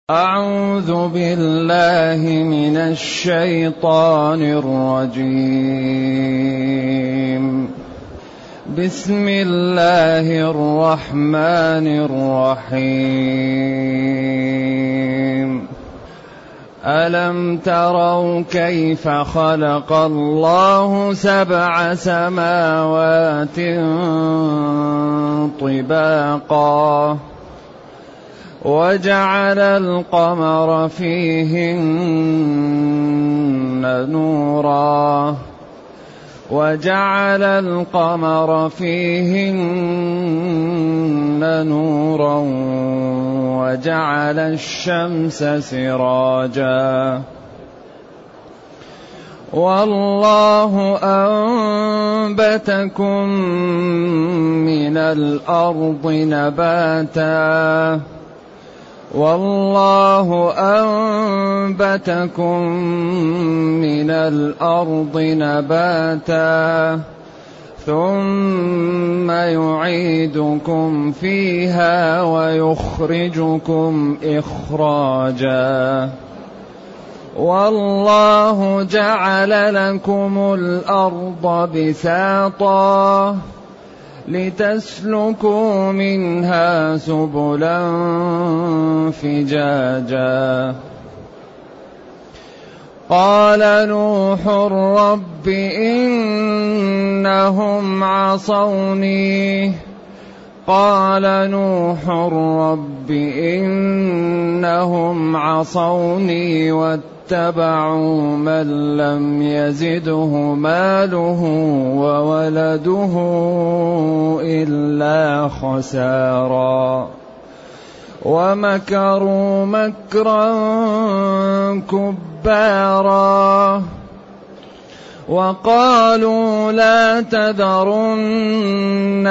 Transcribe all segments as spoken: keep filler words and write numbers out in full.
أعوذ بالله من الشيطان الرجيم. بسم الله الرحمن الرحيم. ألم تروا كيف خلق الله سبع سماوات طباقا وجعل القمر فيهن نورا وجعل القمر فيهن نورا وجعل الشمس سراجا والله أنبتكم من الأرض نباتا والله أنبتكم من الأرض نباتا ثم يعيدكم فيها ويخرجكم إخراجا والله جعل لكم الأرض بساطا لتسلكوا منها سبلا فجاجا قال نوح رب إنهم عصوني قال نوح رب إنهم عصوني واتبعوا من لم يزده ماله وولده إلا خسارا ومكروا مكرا كبارا وقالوا لا تذرن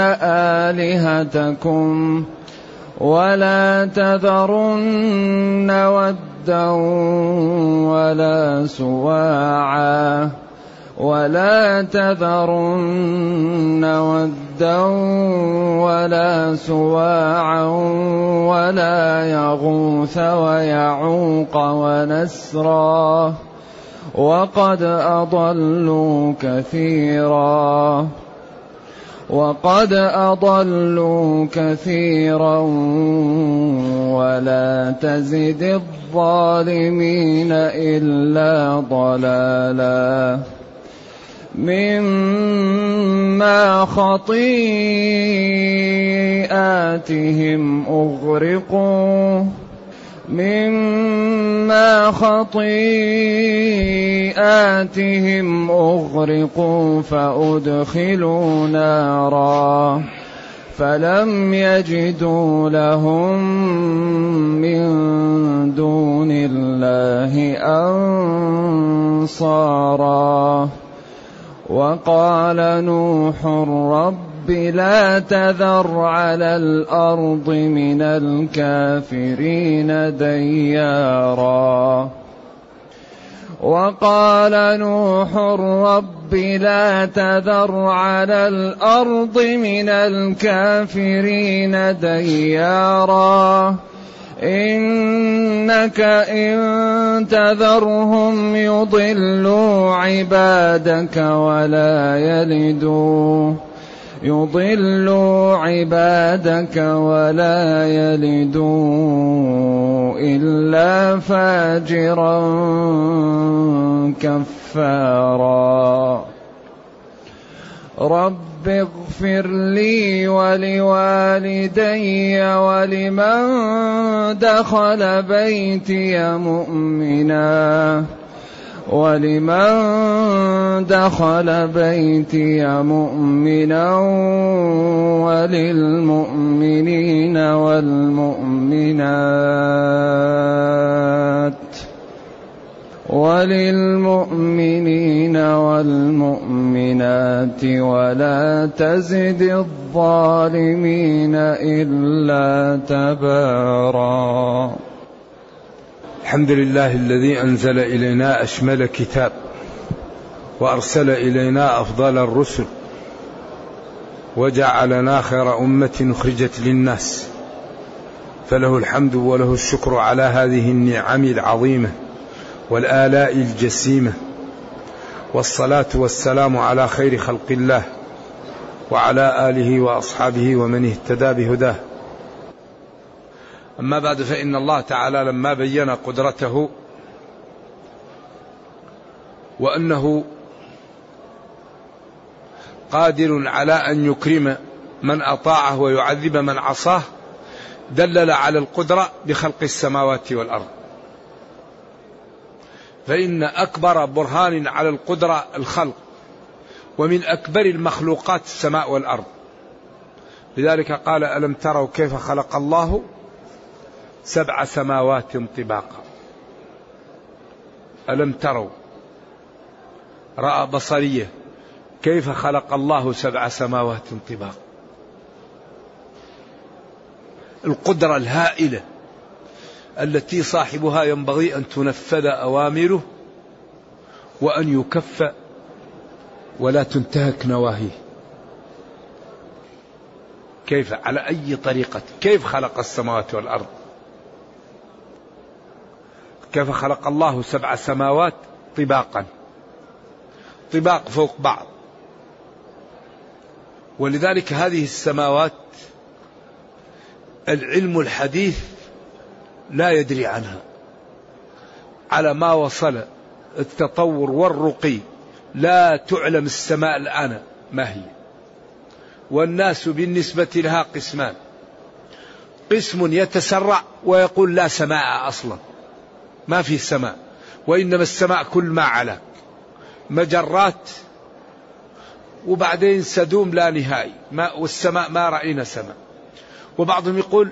آلهتكم ولا تذرن ودا ولا سواعا ولا تذرن ودا ولا سواعا ولا يغوث ويعوق ونسرا وقد أضلوا كثيرا وقد أضلوا كثيرا ولا تزد الظالمين إلا ضلالا مما خطيئاتهم أغرقوا مما خطيئاتهم أغرقوا فأدخلوا نارا فلم يجدوا لهم من دون الله أنصارا وقال نوح رب لا تذر على الأرض من الكافرين ديارا وقال نوح رب لا تذر على الأرض من الكافرين ديارا إنك إن تذرهم يضلوا عبادك ولا يلدوا يضلوا عبادك ولا يلدوا إلا فاجرا كفارا رب اغفر لي ولوالدي ولمن دخل بيتي مؤمنا ولمن دخل بيتي مؤمنا وللمؤمنين والمؤمنات وللمؤمنين والمؤمنات ولا تزد الظالمين إلا تبارا. الحمد لله الذي أنزل إلينا أشمل كتاب وأرسل إلينا أفضل الرسل وجعلنا خير أمة أخرجت للناس فله الحمد وله الشكر على هذه النعم العظيمة والآلاء الجسيمة، والصلاة والسلام على خير خلق الله وعلى آله وأصحابه ومن اهتدى بهداه. أما بعد، فإن الله تعالى لما بين قدرته وأنه قادر على أن يكرم من أطاعه ويعذب من عصاه، دلل على القدرة بخلق السماوات والأرض. فإن أكبر برهان على القدرة الخلق، ومن أكبر المخلوقات السماء والأرض. لذلك قال: ألم تروا كيف خلق الله سبع سماوات طباقا. ألم تروا، رأى بصرية، كيف خلق الله سبع سماوات طباقا. القدرة الهائلة التي صاحبها ينبغي أن تنفذ أوامره وأن يكف ولا تنتهك نواهيه. كيف، على أي طريقة، كيف خلق السماوات والأرض؟ كيف خلق الله سبع سماوات طباقا، طباق فوق بعض. ولذلك هذه السماوات العلم الحديث لا يدري عنها، على ما وصل التطور والرقي لا تعلم السماء الآن ما هي. والناس بالنسبة لها قسمان: قسم يتسرع ويقول لا سماء أصلا، ما في سماء، وإنما السماء كل ما علا، مجرات وبعدين سدوم لا نهائي، ما والسماء ما رأينا سماء. وبعضهم يقول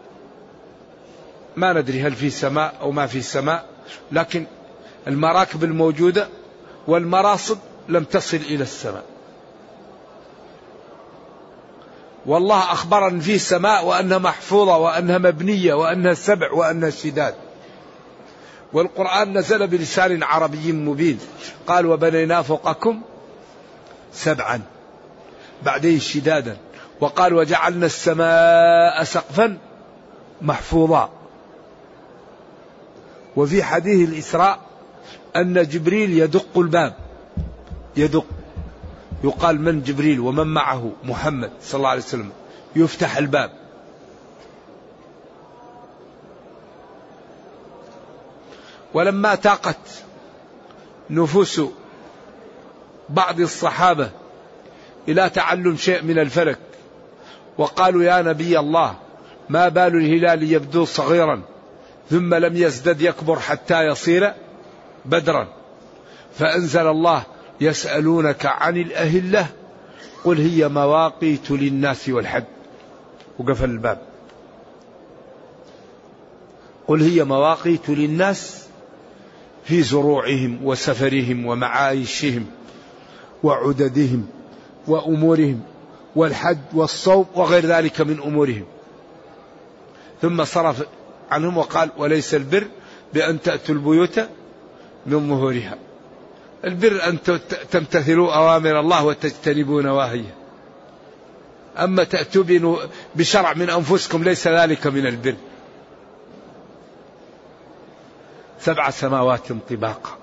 ما ندري هل في سماء أو ما في سماء، لكن المراكب الموجودة والمراصد لم تصل إلى السماء. والله أخبر أن في سماء وأنها محفوظة وأنها مبنية وأنها سبع وأنها شداد. والقرآن نزل بلسان عربي مبين، قال: وبنينا فوقكم سبعا، بعدين شدادا، وقال: وجعلنا السماء سقفا محفوظا. وفي حديث الإسراء أن جبريل يدق الباب، يدق، يقال: من جبريل؟ ومن معه؟ محمد صلى الله عليه وسلم. يفتح الباب. ولما تاقت نفوس بعض الصحابة إلى تعلم شيء من الفلك، وقالوا: يا نبي الله، ما بال الهلال يبدو صغيرا ثم لم يزدد يكبر حتى يصير بدرا، فأنزل الله: يسألونك عن الأهلة قل هي مواقيت للناس والحج. وقفل الباب. قل هي مواقيت للناس في زروعهم وسفرهم ومعايشهم وعددهم وأمورهم، والحج والصوم وغير ذلك من أمورهم. ثم صرف عنهم وقال: وليس البر بأن تأتوا البيوت من ظهورها. البر أن تمتثلوا أوامر الله وتجتنبوا نواهيه. أما تأتوا بشرع من أنفسكم ليس ذلك من البر. سبع سماوات طباقا،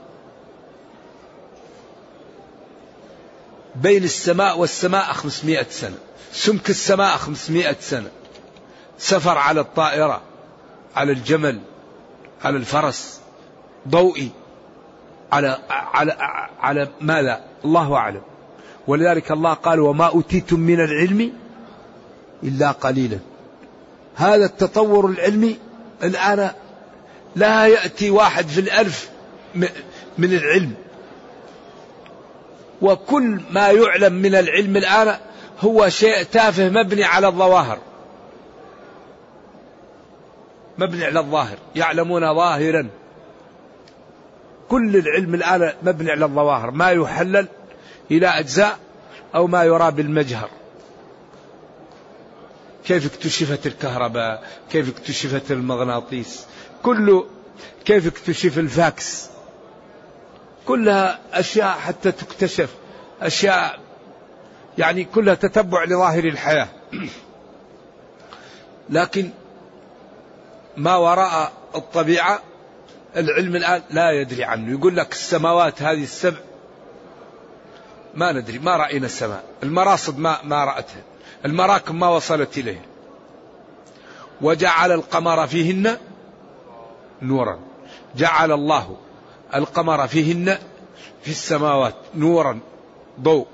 بين السماء والسماء خمسمائة سنة، سمك السماء خمسمائة سنة، سفر على الطائرة، على الجمل، على الفرس، ضوئي، على على على ماذا؟ الله أعلم. ولذلك الله قال: وما أوتيتم من العلم إلا قليلا. هذا التطور العلمي الآن لا يأتي واحد في الألف من العلم، وكل ما يعلم من العلم الآن هو شيء تافه مبني على الظواهر، مبني على الظاهر، يعلمون ظاهرا. كل العلم الآن مبني على الظواهر، ما يحلل إلى أجزاء أو ما يرى بالمجهر. كيف اكتشفت الكهرباء، كيف اكتشفت المغناطيس، كله، كيف اكتشف الفاكس، كلها أشياء حتى تكتشف، أشياء يعني كلها تتبع لظاهر الحياة. لكن ما وراء الطبيعة العلم الآن لا يدري عنه. يقول لك السماوات هذه السبع ما ندري، ما رأينا السماء، المراصد ما, ما رأتها، المراكب ما وصلت إليه. وجعل القمر فيهن نورا، جعل الله القمر فيهن في السماوات نورا ضوء.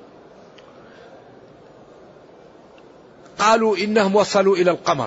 قالوا إنهم وصلوا إلى القمر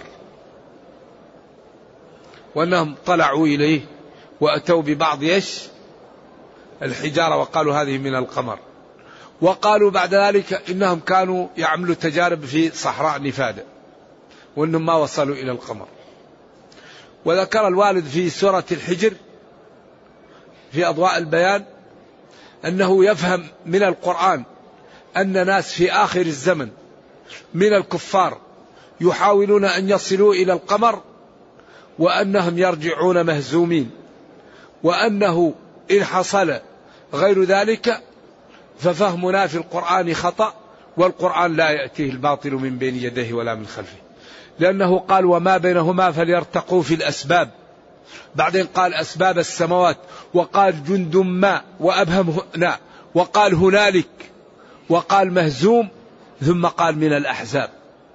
وأنهم طلعوا إليه وأتوا ببعض يش الحجارة وقالوا هذه من القمر. وقالوا بعد ذلك إنهم كانوا يعملوا تجارب في صحراء نفادة وأنهم ما وصلوا إلى القمر. وذكر الوالد في سورة الحجر في أضواء البيان أنه يفهم من القرآن أن ناس في آخر الزمن من الكفار يحاولون أن يصلوا إلى القمر وأنهم يرجعون مهزومين، وأنه إن حصل غير ذلك ففهمنا في القرآن خطأ، والقرآن لا يأتيه الباطل من بين يديه ولا من خلفه، لأنه قال وما بينهما فليرتقوا في الأسباب، بعدين قال أسباب السماوات، وقال جند ما وأبهم هنا، وقال هنالك، وقال مهزوم، ثم قال من الأحزاب.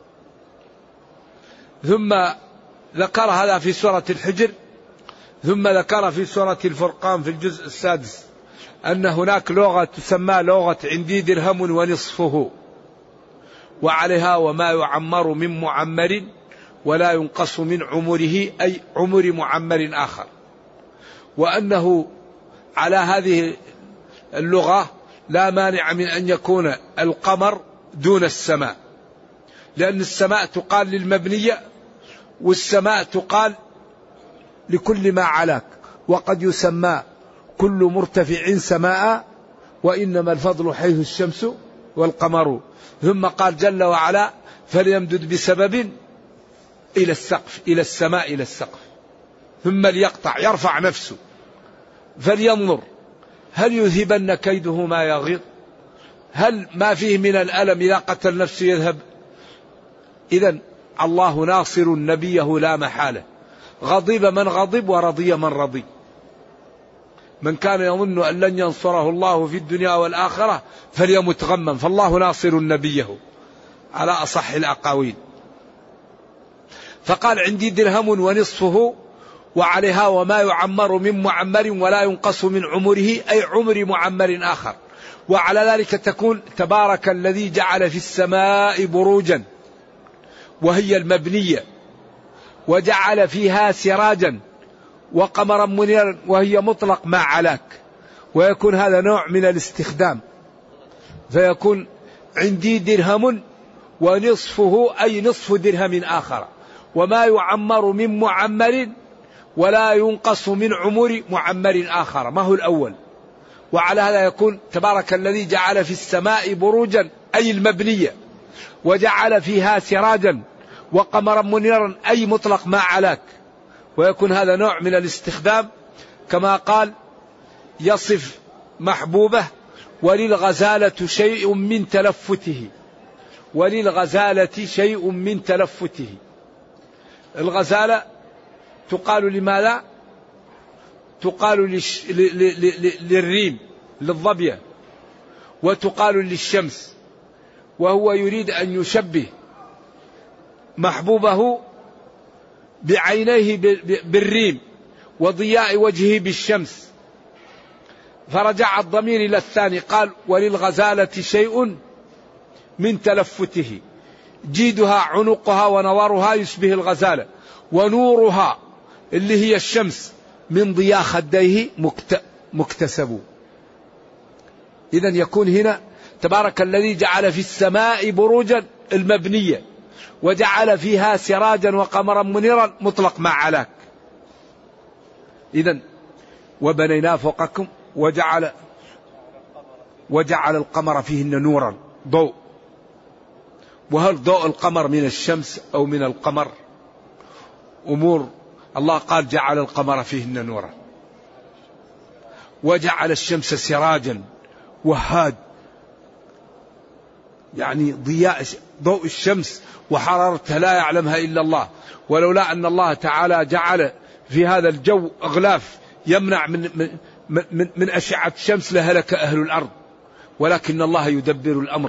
ثم ذكر هذا في سورة الحجر. ثم ذكر في سورة الفرقان في الجزء السادس أن هناك لغة تسمى لغة عندي درهم ونصفه، وعليها وما يعمر من معمر ولا ينقص من عمره، أي عمر معمر آخر. وأنه على هذه اللغة لا مانع من أن يكون القمر دون السماء، لأن السماء تقال للمبنية والسماء تقال لكل ما علاك، وقد يسمى كل مرتفع سماء وإنما الفضل حيث الشمس والقمر. ثم قال جل وعلا فليمدد بسبب إلى السقف، إلى السماء إلى السقف، ثم ليقطع يرفع نفسه فلينظر هل يذهبن كيده ما يغيظ، هل ما فيه من الألم إذا قتل نفسه يذهب. إذن الله ناصر نبيه لا محالة، غضب من غضب ورضي من رضي. من كان يظن أن لن ينصره الله في الدنيا والآخرة فليمت غما، فالله ناصر نبيه على أصح الأقاويل. فقال عندي درهم ونصفه وعليها وما يعمر من معمر ولا ينقص من عمره، أي عمر معمر آخر. وعلى ذلك تكون تبارك الذي جعل في السماء بروجا وهي المبنية، وجعل فيها سراجا وقمرا منيرا وهي مطلق ما علاك، ويكون هذا نوع من الاستخدام، فيكون عندي درهم ونصفه أي نصف درهم آخر، وما يعمر من معمر ولا ينقص من عمر معمر آخر، ما هو الأول. وعلى هذا يكون تبارك الذي جعل في السماء بروجا أي المبنية، وجعل فيها سراجا وقمرا منيرا أي مطلق ما علاك، ويكون هذا نوع من الاستخدام. كما قال يصف محبوبه وللغزالة شيء من تلفته، وللغزالة شيء من تلفته. الغزالة تقال لماذا؟ تقال للش... ل... ل... ل... للريم للظبية، وتقال للشمس، وهو يريد أن يشبه محبوبه بعينيه بالريم وضياء وجهه بالشمس، فرجع الضمير إلى الثاني قال وللغزالة شيء من تلفته، جيدها عنقها ونورها يشبه الغزالة، ونورها اللي هي الشمس من ضياء خديه مكتسب. إذن يكون هنا تبارك الذي جعل في السماء بروجا المبنية وجعل فيها سراجا وقمرا منيرا مطلق ما علاك. إذن وبنينا فوقكم وجعل وجعل القمر فيهن نورا ضوء. وهل ضوء القمر من الشمس أو من القمر؟ أمور الله قال جعل القمر فيهن نورا، وجعل الشمس سراجا وهاد. يعني ضياء ضوء الشمس وحرارتها لا يعلمها إلا الله، ولولا أن الله تعالى جعل في هذا الجو أغلاف يمنع من, من, من, من أشعة الشمس لهلك أهل الأرض، ولكن الله يدبر الأمر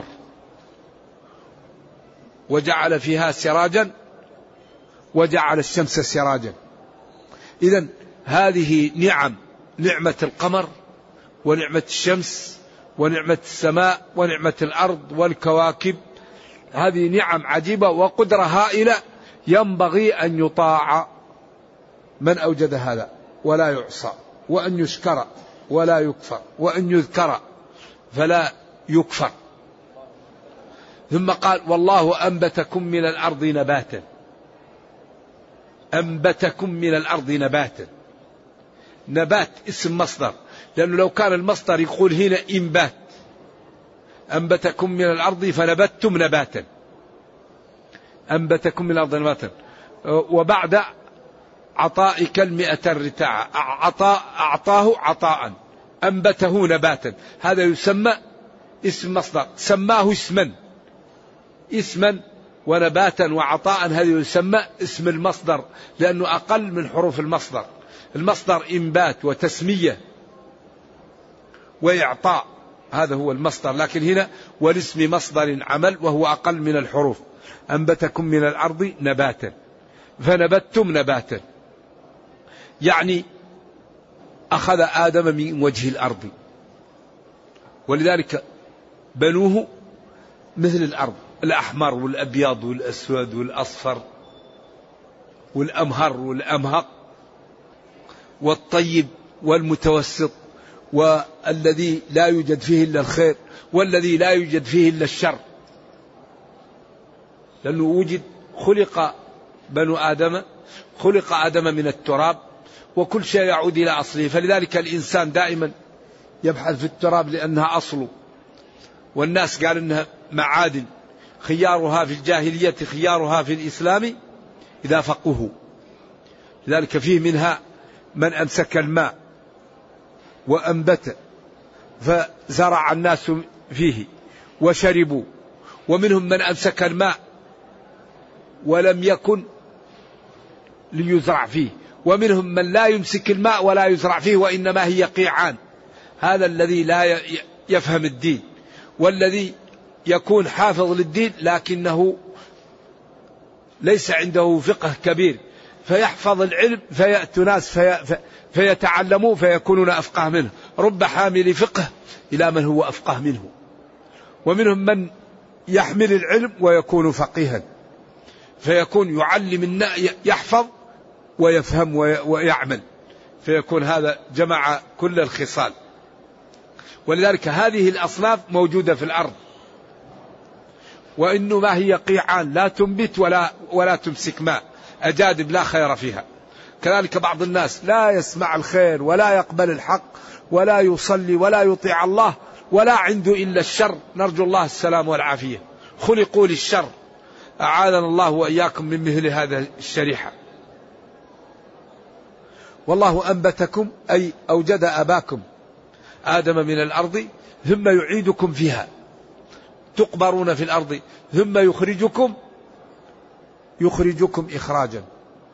وجعل فيها سراجا وجعل الشمس سراجا. إذن هذه نعم، نعمة القمر ونعمة الشمس ونعمة السماء ونعمة الأرض والكواكب، هذه نعم عجيبة وقدرة هائلة ينبغي أن يطاع من أوجد هذا ولا يعصى، وأن يشكر ولا يكفر، وأن يذكر فلا يكفر. ثم قال والله أنبتكم من الأرض نباتا، أنبتكم من الأرض نباتا. نبات اسم مصدر، لأنه لو كان المصدر يقول هنا إنبات، أنبتكم من الأرض فنبتتم نباتا، أنبتكم من الأرض نباتا. وبعد عطائك المئة الرتاع، عطاء أعطاه عطاء، أنبته نباتا، هذا يسمى اسم مصدر، سماه اسما اسما ونباتا وعطاء، هذا يسمى اسم المصدر لأنه أقل من حروف المصدر. المصدر إنبات وتسمية وإعطاء، هذا هو المصدر، لكن هنا والاسم مصدر عمل وهو أقل من الحروف. أنبتكم من الأرض نباتا فنبتتم نباتا، يعني أخذ آدم من وجه الأرض، ولذلك بنوه مثل الأرض، الأحمر والأبيض والأسود والأصفر والأمهر والأمهق والطيب والمتوسط، والذي لا يوجد فيه إلا الخير والذي لا يوجد فيه إلا الشر، لأنه وجد خلق بنو آدم، خلق آدم من التراب، وكل شيء يعود إلى أصله. فلذلك الإنسان دائما يبحث في التراب لأنها أصله، والناس قال إنها معادن، خيارها في الجاهلية خيارها في الإسلام إذا فقهوا. لذلك فيه منها من أمسك الماء وأنبت فزرع الناس فيه وشربوا، ومنهم من أمسك الماء ولم يكن ليزرع فيه، ومنهم من لا يمسك الماء ولا يزرع فيه وإنما هي قيعان. هذا الذي لا يفهم الدين، والذي يكون حافظ للدين لكنه ليس عنده فقه كبير، فيحفظ العلم فيأتي ناس في فيتعلموا فيكونون أفقه منه. رب حامل فقه إلى من هو أفقه منه. ومنهم من يحمل العلم ويكون فقيها، فيكون يعلم يحفظ ويفهم ويعمل، فيكون هذا جمع كل الخصال. ولذلك هذه الأصناف موجودة في الأرض، وإنما هي قيعان لا تنبت ولا, ولا تمسك ماء، أجادب لا خير فيها. كذلك بعض الناس لا يسمع الخير ولا يقبل الحق ولا يصلي ولا يطيع الله ولا عنده إلا الشر، نرجو الله السلام والعافية، خلقوا للشر، أعاذنا الله وإياكم من مثل هذا الشريحة. والله أنبتكم أي أوجد أباكم آدم من الأرض ثم يعيدكم فيها، تقبرون في الأرض ثم يخرجكم يخرجكم إخراجا.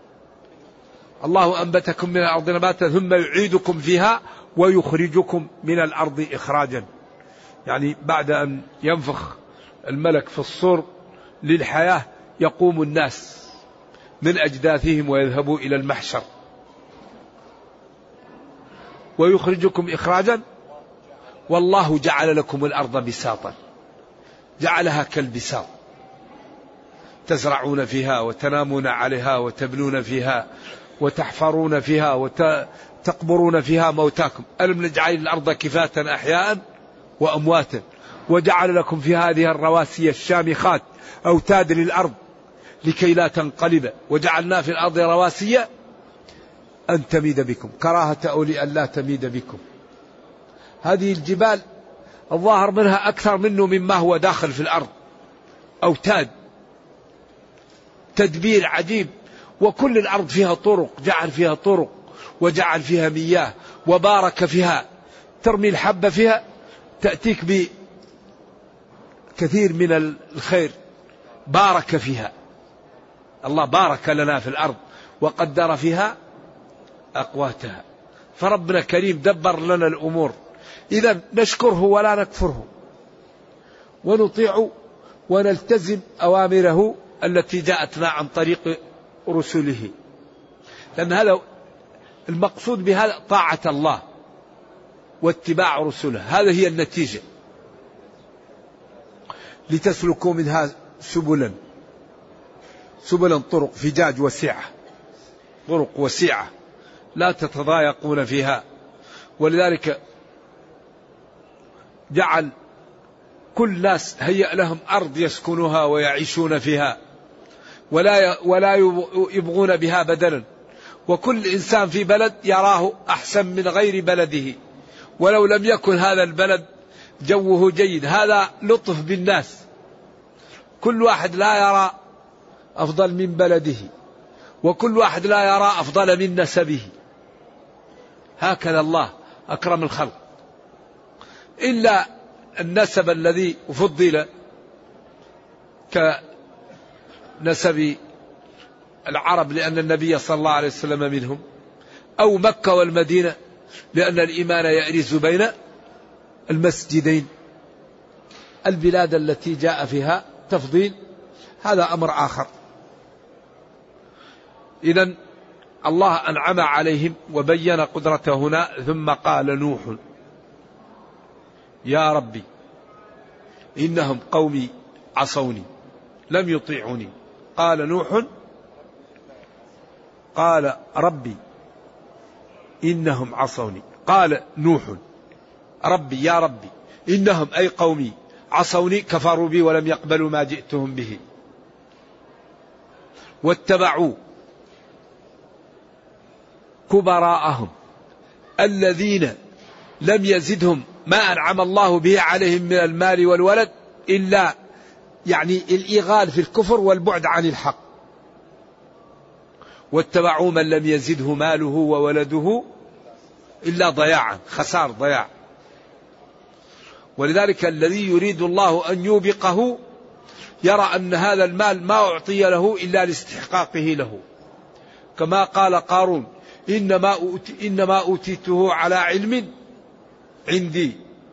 الله أنبتكم من الأرض نباتا ثم يعيدكم فيها ويخرجكم من الأرض إخراجا، يعني بعد أن ينفخ الملك في الصور للحياة يقوم الناس من أجداثهم ويذهبوا إلى المحشر. ويخرجكم إخراجا والله جعل لكم الأرض بساطا، جعلها كالبساط، تزرعون فيها وتنامون عليها وتبنون فيها وتحفرون فيها وتقبرون فيها موتاكم. ألم نجعل الأرض كفاة أحياء وأمواتا وجعل لكم في هذه الرواسي الشامخات أوتاد للأرض لكي لا تنقلب، وجعلنا في الأرض رواسي أن تميد بكم كراهة أولي أن لا تميد بكم. هذه الجبال الظاهر منها أكثر منه مما هو داخل في الأرض، أوتاد، تدبير عجيب. وكل الأرض فيها طرق، جعل فيها طرق وجعل فيها مياه وبارك فيها، ترمي الحبة فيها تأتيك كثير من الخير بارك فيها، الله بارك لنا في الأرض وقدر فيها أقواتها، فربنا كريم دبر لنا الأمور. إذا نشكره ولا نكفره، ونطيع ونلتزم أوامره التي جاءتنا عن طريق رسله، لأن هذا المقصود بهذا طاعة الله واتباع رسله، هذه هي النتيجة. لتسلكوا منها سبلا، سبلا طرق فجاج وسعة، طرق وسعة لا تتضايقون فيها. ولذلك جعل كل ناس هيأ لهم أرض يسكنوها ويعيشون فيها، ولا ولا يبغون بها بدلا، وكل إنسان في بلد يراه أحسن من غير بلده، ولو لم يكن هذا البلد جوه جيد. هذا لطف بالناس، كل واحد لا يرى أفضل من بلده، وكل واحد لا يرى أفضل من نسبه. هكذا الله أكرم الخلق، إلا النسب الذي فضل كنسب العرب لأن النبي صلى الله عليه وسلم منهم، أو مكة والمدينة لأن الإيمان يأرز بين المسجدين. البلاد التي جاء فيها تفضيل هذا أمر آخر. إذن الله أنعم عليهم وبين قدرته هنا، ثم قال نوح يا ربي إنهم قومي عصوني لم يطيعوني. قال نوح قال ربي إنهم عصوني. قال نوح ربي يا ربي إنهم أي قومي عصوني، كفروا بي ولم يقبلوا ما جئتهم به، واتبعوا كبراءهم الذين لم يزدهم ما أنعم الله به عليهم من المال والولد إلا يعني الإغال في الكفر والبعد عن الحق. واتبعوا من لم يزده ماله وولده إلا ضياعا، خسار ضياع. ولذلك الذي يريد الله أن يوبقه يرى أن هذا المال ما أعطي له إلا لاستحقاقه له، كما قال قارون إنما أوتي إنما أوتيته على علم عندي.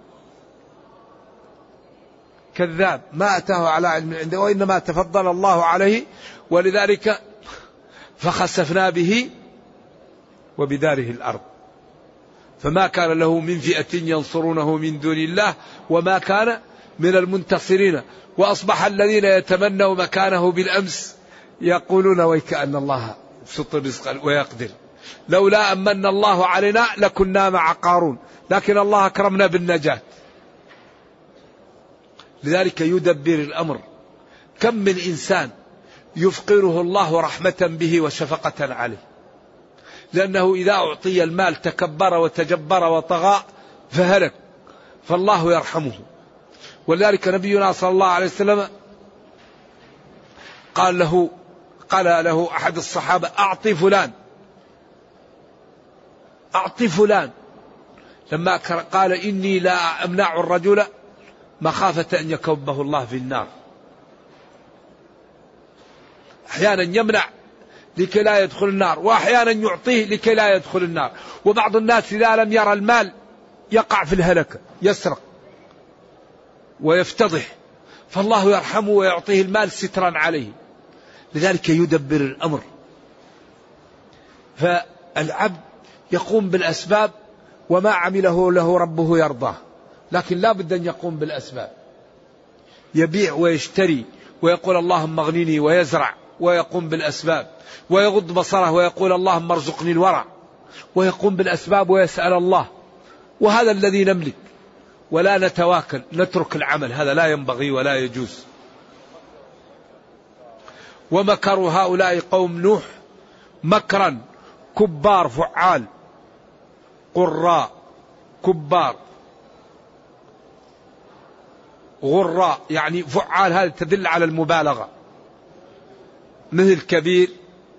كذاب، ما أتاه على علم عنده، وإنما تفضل الله عليه، ولذلك فخسفنا به وبداره الأرض، فما كان له من فئة ينصرونه من دون الله وما كان من المنتصرين. وأصبح الذين يتمنوا مكانه بالأمس يقولون ويكأن الله يبسط الرزق ويقدر، لولا أمن الله علينا لكنا مع قارون، لكن الله أكرمنا بالنجاة. لذلك يدبر الأمر. كم من إنسان يفقره الله رحمة به وشفقة عليه، لأنه إذا أعطي المال تكبر وتجبر وطغى فهلك، فالله يرحمه. ولذلك نبينا صلى الله عليه وسلم قال له قال له أحد الصحابة أعطي فلان أعطي فلان، لما قال إني لا أمنع الرجل مخافة أن يكبه الله في النار. أحيانا يمنع لكي لا يدخل النار، وأحيانا يعطيه لكي لا يدخل النار. وبعض الناس إذا لم يرى المال يقع في الهلكة، يسرق ويفتضح، فالله يرحمه ويعطيه المال سترا عليه. لذلك يدبر الأمر. فالعبد يقوم بالأسباب، وما عمله له ربه يرضاه، لكن لا بد أن يقوم بالأسباب، يبيع ويشتري ويقول اللهم اغنني، ويزرع ويقوم بالأسباب، ويغض بصره ويقول اللهم ارزقني الورع، ويقوم بالأسباب ويسأل الله. وهذا الذي نملك، ولا نتواكل نترك العمل، هذا لا ينبغي ولا يجوز. ومكروا هؤلاء قوم نوح مكرا كبار فعال، قراء كبار غراء، يعني فعال هذا تدل على المبالغة، مثل كبير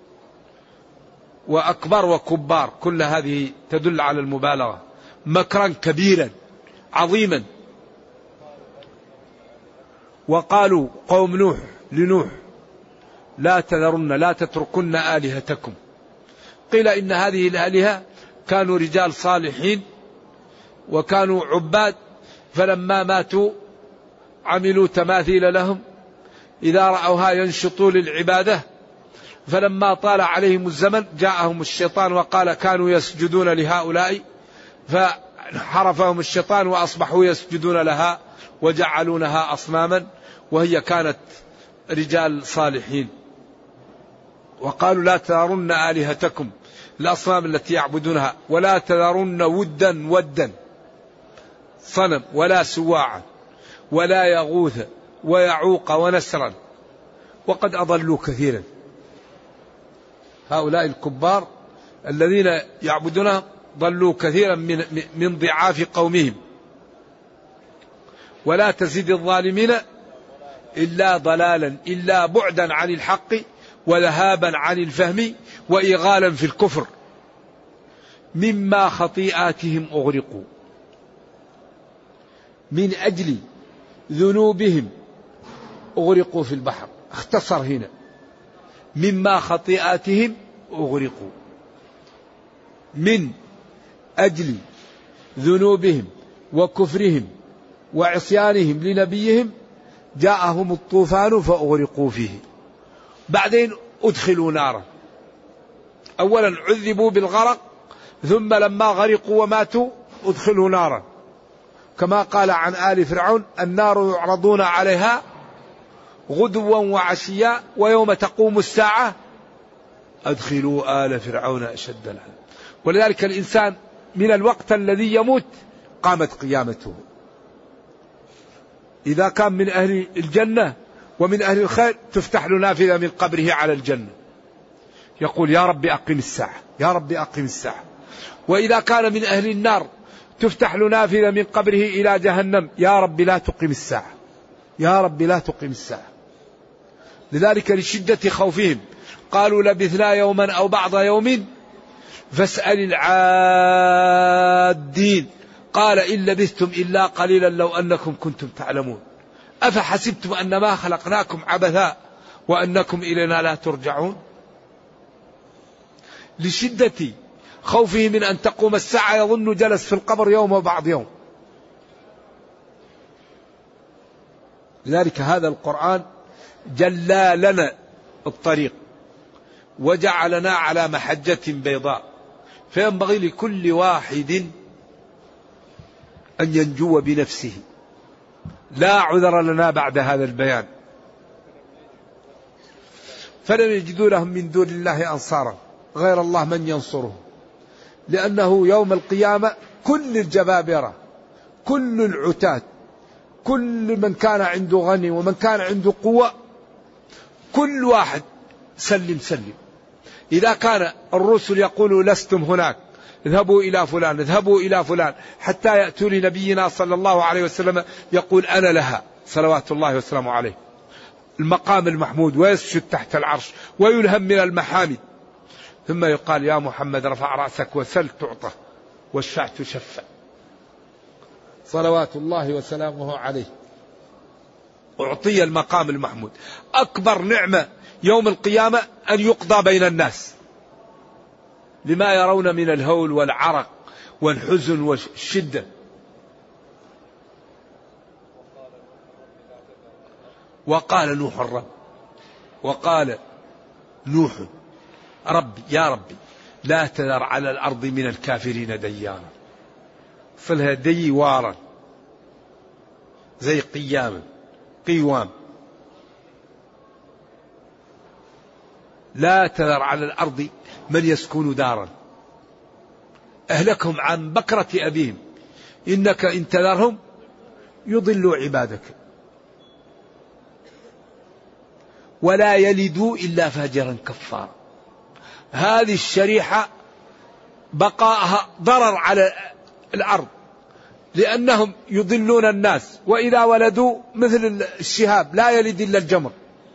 وأكبر وكبار، كل هذه تدل على المبالغة. مكرا كبيرا عظيما، وقالوا قوم نوح لنوح لا تذرن لا تتركن آلهتكم. قيل إن هذه الآلهة كانوا رجال صالحين وكانوا عباد، فلما ماتوا عملوا تماثيل لهم إذا رأوها ينشطوا للعبادة، فلما طال عليهم الزمن جاءهم الشيطان وقال كانوا يسجدون لهؤلاء فحرفهم الشيطان وأصبحوا يسجدون لها وجعلونها أصناما وهي كانت رجال صالحين. وقالوا لا تذرن آلهتكم الأصنام التي يعبدونها ولا تذرن ودا ودا صنم ولا سواعا ولا يغوث ويعوق ونسرا وقد أضلوا كثيرا. هؤلاء الكبار الذين يعبدونها ضلوا كثيرا من, من ضعاف قومهم. ولا تزيد الظالمين إلا ضلالا إلا بعدا عن الحق وذهابا عن الفهم وإغالا في الكفر مما خطيئاتهم أغرقوا من أجل ذنوبهم أغرقوا في البحر. اختصر هنا مما خطيئاتهم أغرقوا من أجل ذنوبهم وكفرهم وعصيانهم لنبيهم جاءهم الطوفان فأغرقوا فيه. بعدين أدخلوا نارا، أولا عذبوا بالغرق ثم لما غرقوا وماتوا أدخلوا نارا، كما قال عن آل فرعون النار يعرضون عليها غدوا وعشيا ويوم تقوم الساعة أدخلوا آل فرعون أشد العذاب. ولذلك الإنسان من الوقت الذي يموت قامت قيامته. إذا كان من أهل الجنة ومن أهل الخير تفتح له نافذة من قبره على الجنة يقول يا رب أقم الساعة يا رب أقم الساعة. وإذا كان من أهل النار تفتح له نافذة من قبره إلى جهنم يا رب لا تقم الساعة يا رب لا تقم الساعة. لذلك لشدة خوفهم قالوا لبثنا يوما أو بعض يوم فاسأل العادين قال إن لبثتم إلا قليلا لو أنكم كنتم تعلمون أفحسبتم أنما خلقناكم عبثا وأنكم إلينا لا ترجعون. لشدة خوفه من أن تقوم الساعة يظن جلس في القبر يوم وبعض يوم. لذلك هذا القرآن جلى لنا الطريق وجعلنا على محجة بيضاء، فينبغي لكل واحد أن ينجو بنفسه. لا عذر لنا بعد هذا البيان. فلم يجدوا لهم من دون الله أنصارا غير الله من ينصره، لأنه يوم القيامة كل الجبابرة كل العتاة كل من كان عنده غني ومن كان عنده قوة كل واحد سلم سلم. إذا كان الرسل يقولوا لستم هناك اذهبوا إلى فلان اذهبوا إلى فلان حتى يأتوا لنبينا صلى الله عليه وسلم يقول أنا لها صلوات الله وسلامه عليه المقام المحمود ويسجد تحت العرش ويلهم من المحامد، ثم يقال يا محمد رفع رأسك وسل تعطى واشفع تشفع صلوات الله وسلامه عليه. أعطي المقام المحمود. أكبر نعمة يوم القيامة أن يقضى بين الناس لما يرون من الهول والعرق والحزن والشدة. وقال نوح الرب وقال نوح ربي يا ربي لا تذر على الأرض من الكافرين ديارا. صلها ديوارا زي قياما قيوام. لا تذر على الأرض من يسكن دارا أهلكهم عن بكرة أبيهم إنك إن تذرهم يضلوا عبادك ولا يلدوا إلا فاجرا كفارا. هذه الشريحة بقاءها ضرر على الأرض لأنهم يضلون الناس، وإذا ولدوا مثل الشهاب لا يلد إلا الجمر.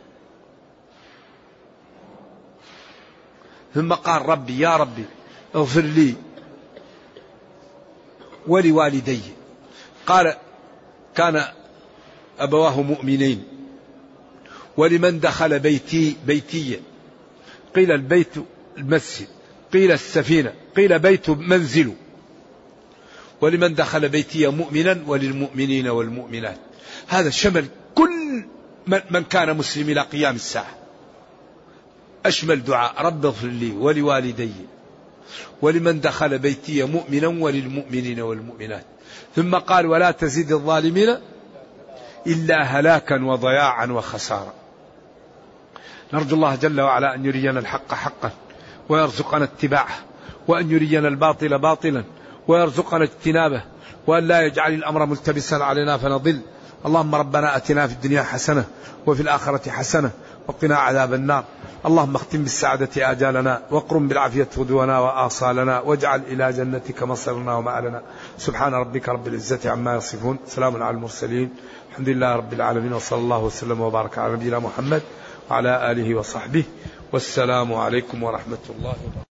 ثم قال ربي يا ربي اغفر لي ولوالدي. قال كان أبواه مؤمنين. ولمن دخل بيتي بيتيا، قيل البيت المسجد، قيل السفينة، قيل بيت منزل. ولمن دخل بيتي مؤمنا وللمؤمنين والمؤمنات. هذا شمل كل من كان مسلم إلى قيام الساعة. أشمل دعاء رب اغفر لي ولوالدي ولمن دخل بيتي مؤمنا وللمؤمنين والمؤمنات. ثم قال ولا تزيد الظالمين إلا هلاكا وضياعا وخسارا. نرجو الله جل وعلا أن يرينا الحق حقا ويرزقنا اتباعه، وأن يرينا الباطل باطلا ويرزقنا اجتنابه، وأن لا يجعل الأمر ملتبسا علينا فنضل. اللهم ربنا أتنا في الدنيا حسنة وفي الآخرة حسنة وقنا عذاب النار. اللهم اختم بالسعادة آجالنا واقرم بالعافية غدونا وآصالنا، واجعل إلى جنتك مصيرنا ومآلنا. سبحان ربك رب العزة عما يصفون، سلام على المرسلين، الحمد لله رب العالمين، وصلى الله وسلم وبارك على نبينا محمد وعلى آله وصحبه، والسلام عليكم ورحمة الله وبركاته.